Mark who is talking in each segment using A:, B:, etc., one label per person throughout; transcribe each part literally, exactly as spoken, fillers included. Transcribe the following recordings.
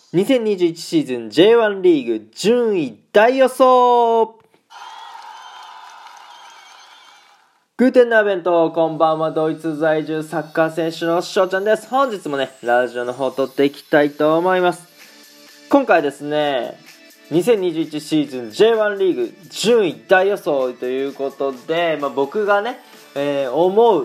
A: にせんにじゅういちシーズン ジェイワン リーグ順位大予想。グーテンナーベント、こんばんは。ドイツ在住サッカー選手の翔ちゃんです。本日もねラジオの方を撮っていきたいと思います。今回ですねにせんにじゅういちシーズン ジェイワン リーグ順位大予想ということで、まあ、僕がね、えー、思う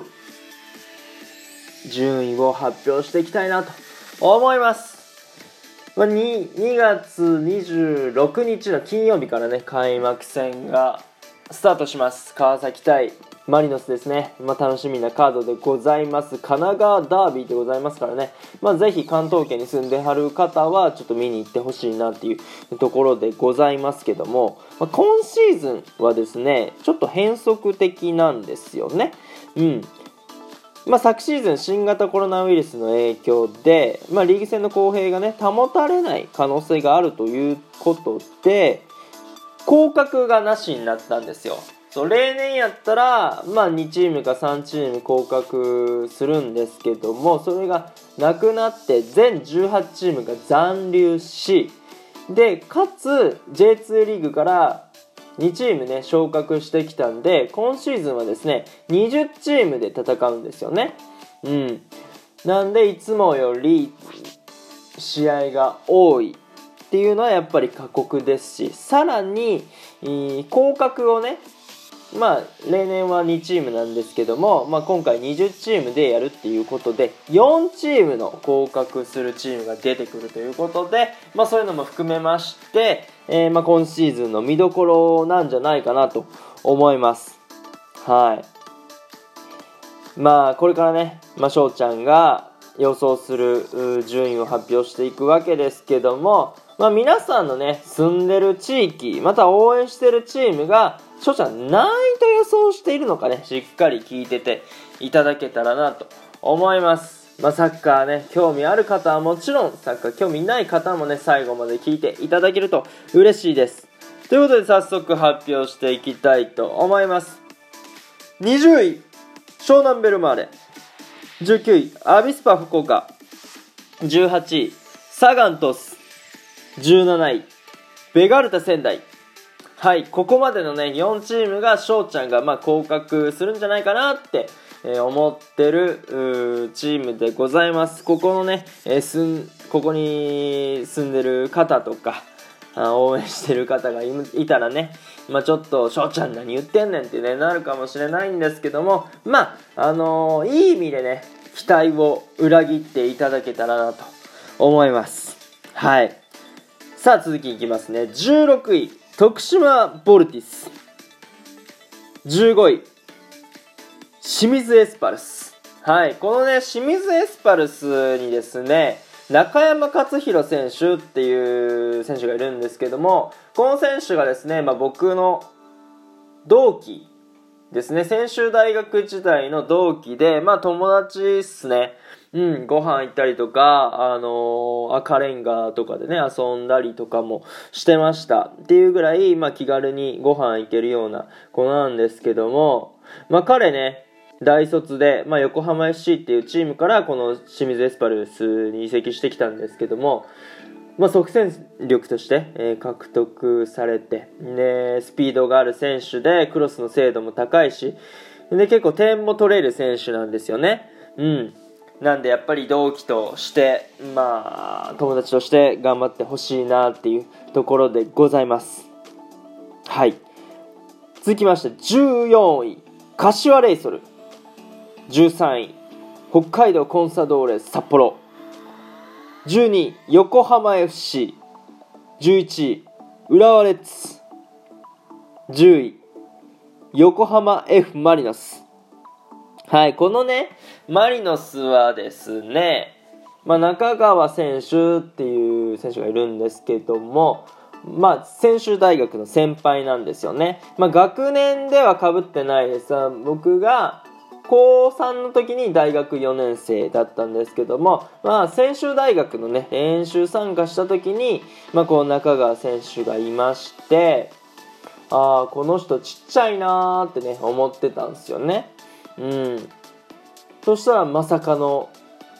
A: 順位を発表していきたいなと思います。まあ、に, にがつにじゅうろくにちの金曜日からね開幕戦がスタートします。川崎対マリノスですね。まあ、楽しみなカードでございます。神奈川ダービーでございますからね、まあ、ぜひ関東圏に住んではる方はちょっと見に行ってほしいなっていうところでございますけども、まあ、今シーズンはですねちょっと変則的なんですよね。うんまあ、昨シーズン新型コロナウイルスの影響で、まあ、リーグ戦の公平がね保たれない可能性があるということで降格がなしになったんですよ。そう例年やったら、まあ、にチームかさんチーム降格するんですけども、それがなくなって全じゅうはちチームが残留し、でかつ ジェイツー リーグからにチームね昇格してきたんで、今シーズンはですねにじゅうチームで戦うんですよね。うんなんでいつもより試合が多いっていうのはやっぱり過酷ですし、さらに降格をねまあ例年はにチームなんですけども、まあ、今回にじゅうチームでやるっていうことでよんチームの降格するチームが出てくるということで、まあ、そういうのも含めまして、えー、まあ今シーズンの見どころなんじゃないかなと思います。はいまあこれからね、まあ、翔ちゃんが予想する順位を発表していくわけですけども、まあ、皆さんのね住んでる地域また応援してるチームが翔ちゃん何位と予想しているのかねしっかり聞いてていただけたらなと思います。まあ、サッカーね興味ある方はもちろん、サッカー興味ない方もね最後まで聞いていただけると嬉しいです。ということで早速発表していきたいと思います。にじゅうい湘南ベルマーレ、じゅうきゅういアビスパ福岡、じゅうはちいサガン鳥栖、じゅうなないベガルタ仙台。はいここまでのねよんチームが翔ちゃんがまあ降格するんじゃないかなって、えー、思ってるチームでございます。ここのね、えー、すんここに住んでる方とか応援してる方が い, いたらね、まあ、ちょっと翔ちゃん何言ってんねんって、ね、なるかもしれないんですけども、まああのー、いい意味でね期待を裏切っていただけたらなと思います。はいさあ続きいきますね。じゅうろくい徳島ボルティス、じゅうごい清水エスパルス。はいこのね清水エスパルスにですね中山勝弘選手っていう選手がいるんですけども、この選手がですね、まあ、僕の同期ですね、専修大学時代の同期で、まあ友達っすね。うん、ご飯行ったりとか、あのー、赤レンガとかでね、遊んだりとかもしてました。っていうぐらい、まあ気軽にご飯行けるような子なんですけども、まあ彼ね、大卒で、まあ、横浜 エフシー っていうチームからこの清水エスパルスに移籍してきたんですけども、まあ、即戦力として、えー、獲得されて、でスピードがある選手でクロスの精度も高いし、で結構点も取れる選手なんですよね。うんなんでやっぱり同期としてまあ友達として頑張ってほしいなっていうところでございます。はい続きましてじゅうよんい柏レイソル、じゅうさんい北海道コンサドーレ札幌、じゅうにい横浜 エフシー、 じゅういちい浦和レッズ、じゅうい横浜 F マリノス。はいこのねマリノスはですね、まあ、中川選手っていう選手がいるんですけども、まあ専修大学の先輩なんですよね。まあ学年では被ってないです。僕がこうさんの時に大学よねん生だったんですけども、まあ専修大学のね練習参加した時に、まあこう中川選手がいまして、ああこの人ちっちゃいなーってね思ってたんですよね。うんそしたらまさかの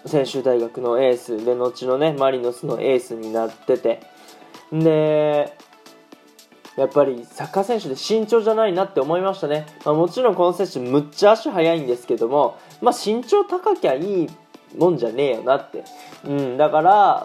A: 専修大学のエースで、後のねマリノスのエースになってて、でやっぱりサッカー選手で慎重じゃないなって思いましたね。まあ、もちろんこの選手むっちゃ足速いんですけども、まあ、身長高きゃいいもんじゃねえよなって、うん、だから、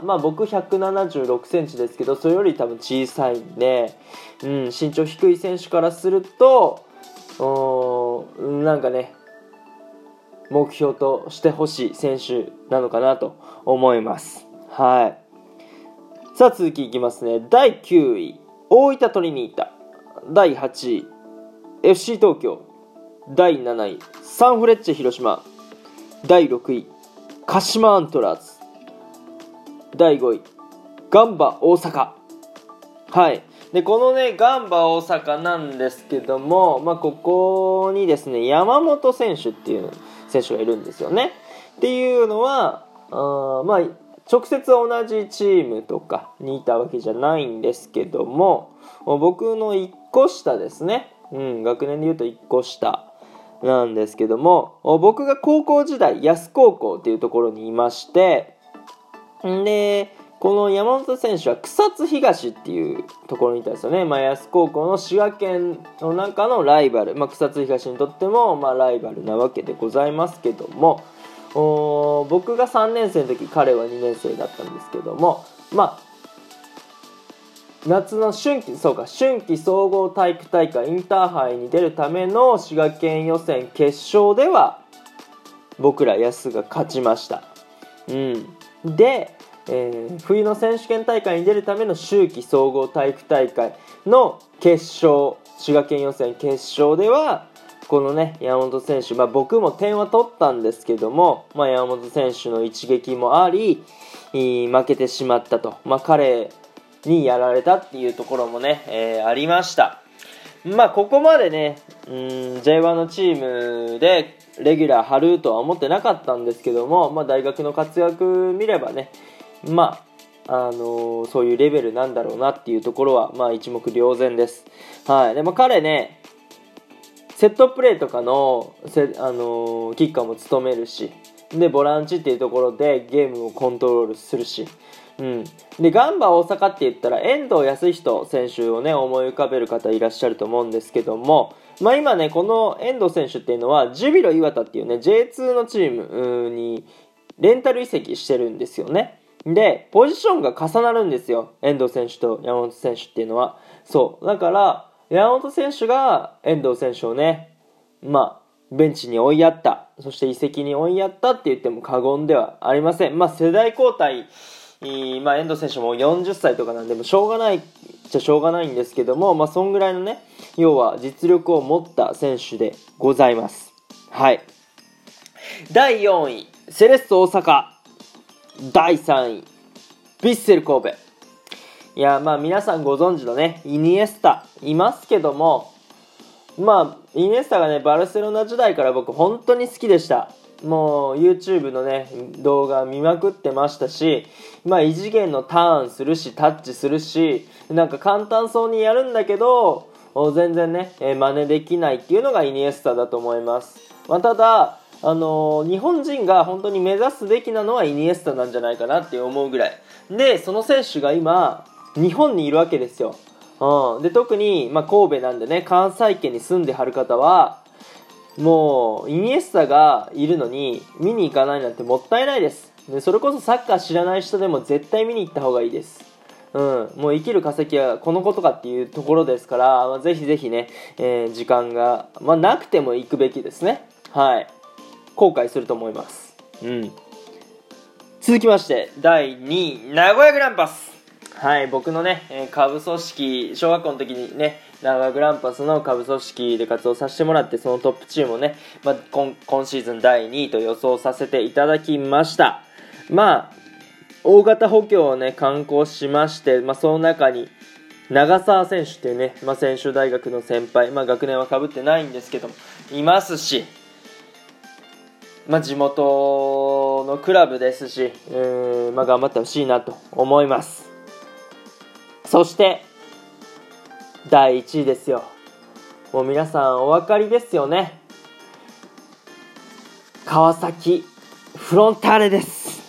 A: まあ、僕ひゃくななじゅうろくセンチですけど、それより多分小さいんで、うん、身長低い選手からするとなんかね目標としてほしい選手なのかなと思います。はい。さあ続きいきますね。だいきゅうい大分トリニータ、だいはちい エフシー 東京、だいなないサンフレッチェ広島、だいろくい鹿島アントラーズ、だいごいガンバ大阪。はい。でこのねガンバ大阪なんですけども、まあ、ここにですね山本選手っていう選手がいるんですよね。っていうのはあまあ直接同じチームとかにいたわけじゃないんですけども、僕のいっこ下ですね、うん、学年でいうといっこ下なんですけども、僕が高校時代安高校っていうところにいまして、でこの山本選手は草津東っていうところにいたんですよね。まあ、安高校の滋賀県の中のライバル、まあ、草津東にとってもまあライバルなわけでございますけども、お僕がさんねん生の時彼はにねん生だったんですけども、まあ夏の春季そうか春季総合体育大会インターハイに出るための滋賀県予選決勝では僕ら安が勝ちました。うん、で、えー、冬の選手権大会に出るための秋季総合体育大会の決勝、滋賀県予選決勝ではこのね山本選手、まあ、僕も点は取ったんですけども、まあ、山本選手の一撃もあり負けてしまったと、まあ、彼にやられたっていうところもね、えー、ありました。まあここまでねうん ジェイワン のチームでレギュラー張るとは思ってなかったんですけども、まあ、大学の活躍見ればねまああのー、そういうレベルなんだろうなっていうところはまあ一目瞭然です。はい。でも彼ねセットプレーとかのせ、あのー、キッカーも務めるし、でボランチっていうところでゲームをコントロールするし、うん、でガンバ大阪って言ったら遠藤康人選手をね思い浮かべる方いらっしゃると思うんですけども、まあ、今ねこの遠藤選手っていうのはジュビロ磐田っていうね ジェイツー のチームにレンタル移籍してるんですよね。でポジションが重なるんですよ、遠藤選手と山本選手っていうのは。そうだから山本選手が遠藤選手をね、まあ、ベンチに追いやった、そして移籍に追いやったって言っても過言ではありません。まあ、世代交代、まあ、遠藤選手もよんじゅっさいとかなんでもしょうがないじゃしょうがないんですけども、まあ、そんぐらいのね、要は実力を持った選手でございます。はい。だいよんい、セレッソ大阪。だいさんい、ヴィッセル神戸。いやまあ皆さんご存知のねイニエスタいますけども、まあイニエスタがねバルセロナ時代から僕本当に好きでした。もう YouTube のね動画見まくってましたし、まあ異次元のターンするしタッチするし、なんか簡単そうにやるんだけど全然ね真似できないっていうのがイニエスタだと思います。まあ、ただあのー、日本人が本当に目指すべきなのはイニエスタなんじゃないかなって思うぐらいで、その選手が今日本にいるわけですよ。うん、で特に、まあ、神戸なんでね関西圏に住んではる方はもうイニエスタがいるのに見に行かないなんてもったいないです。でそれこそサッカー知らない人でも絶対見に行った方がいいです。うん、もう生きる化石はこのことかっていうところですから、まあ、ぜひぜひね、えー、時間が、まあ、なくても行くべきですね。はい、後悔すると思います。うん、続きましてだいにい名古屋グランパス。はい、僕のね、えー、下部組織、小学校の時にね、名古屋グランパスの下部組織で活動させてもらって、そのトップチームをね、まあ、今, 今シーズンだいにいと予想させていただきました。まあ、大型補強をね、敢行しまして、まあ、その中に、長澤選手っていうね、まあ、専修大学の先輩、まあ、学年は被ってないんですけども、いますし、まあ、地元のクラブですし、えーまあ、頑張ってほしいなと思います。そしてだいいちいですよ。もう皆さんお分かりですよね。川崎フロンターレです。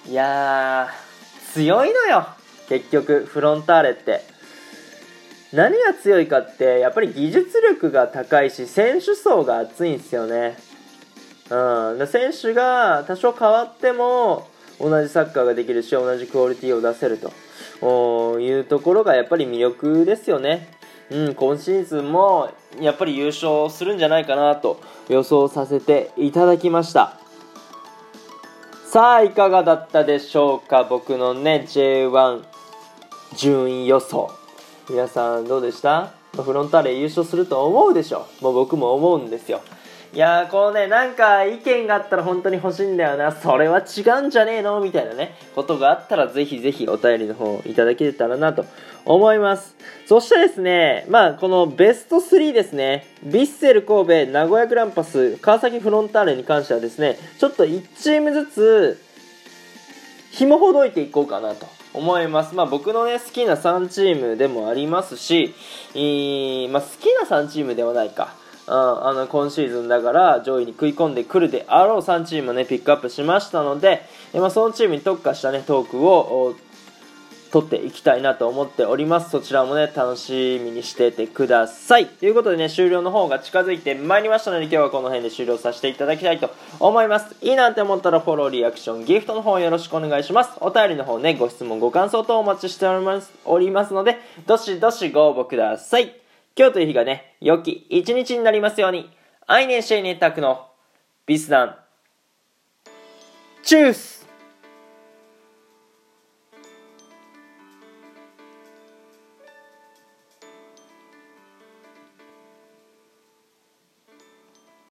A: いやー強いのよ結局フロンターレって。何が強いかってやっぱり技術力が高いし選手層が厚いんですよね。うん、で選手が多少変わっても同じサッカーができるし同じクオリティを出せるというところがやっぱり魅力ですよね。うん、今シーズンもやっぱり優勝するんじゃないかなと予想させていただきました。さあいかがだったでしょうか。僕のね ジェイワン 順位予想、皆さんどうでした？フロンターレ優勝すると思うでしょ。もう僕も思うんですよ。いやーこのねなんか意見があったら本当に欲しいんだよな、それは違うんじゃねえのみたいなねことがあったらぜひぜひお便りの方いただけたらなと思います。そしてですね、まあこのベストスリーですね、ヴィッセル神戸、名古屋グランパス、川崎フロンターレに関してはですね、ちょっといちチームずつ紐ほどいていこうかなと思います。まあ僕のね好きなさんチームでもありますし、えーまあ、好きなさんチームではないか、うん、あの今シーズンだから上位に食い込んでくるであろうさんチームをねピックアップしましたので、まあ、そのチームに特化したねトークを取っていきたいなと思っております。そちらもね楽しみにしててください。ということでね終了の方が近づいてまいりましたので今日はこの辺で終了させていただきたいと思います。いいなって思ったらフォロー、リアクション、ギフトの方よろしくお願いします。お便りの方ねご質問ご感想等お待ちしておりますおりますのでどしどしご応募ください。今日という日がね良き一日になりますように。アイネンシェイネタクのビスダンチュース。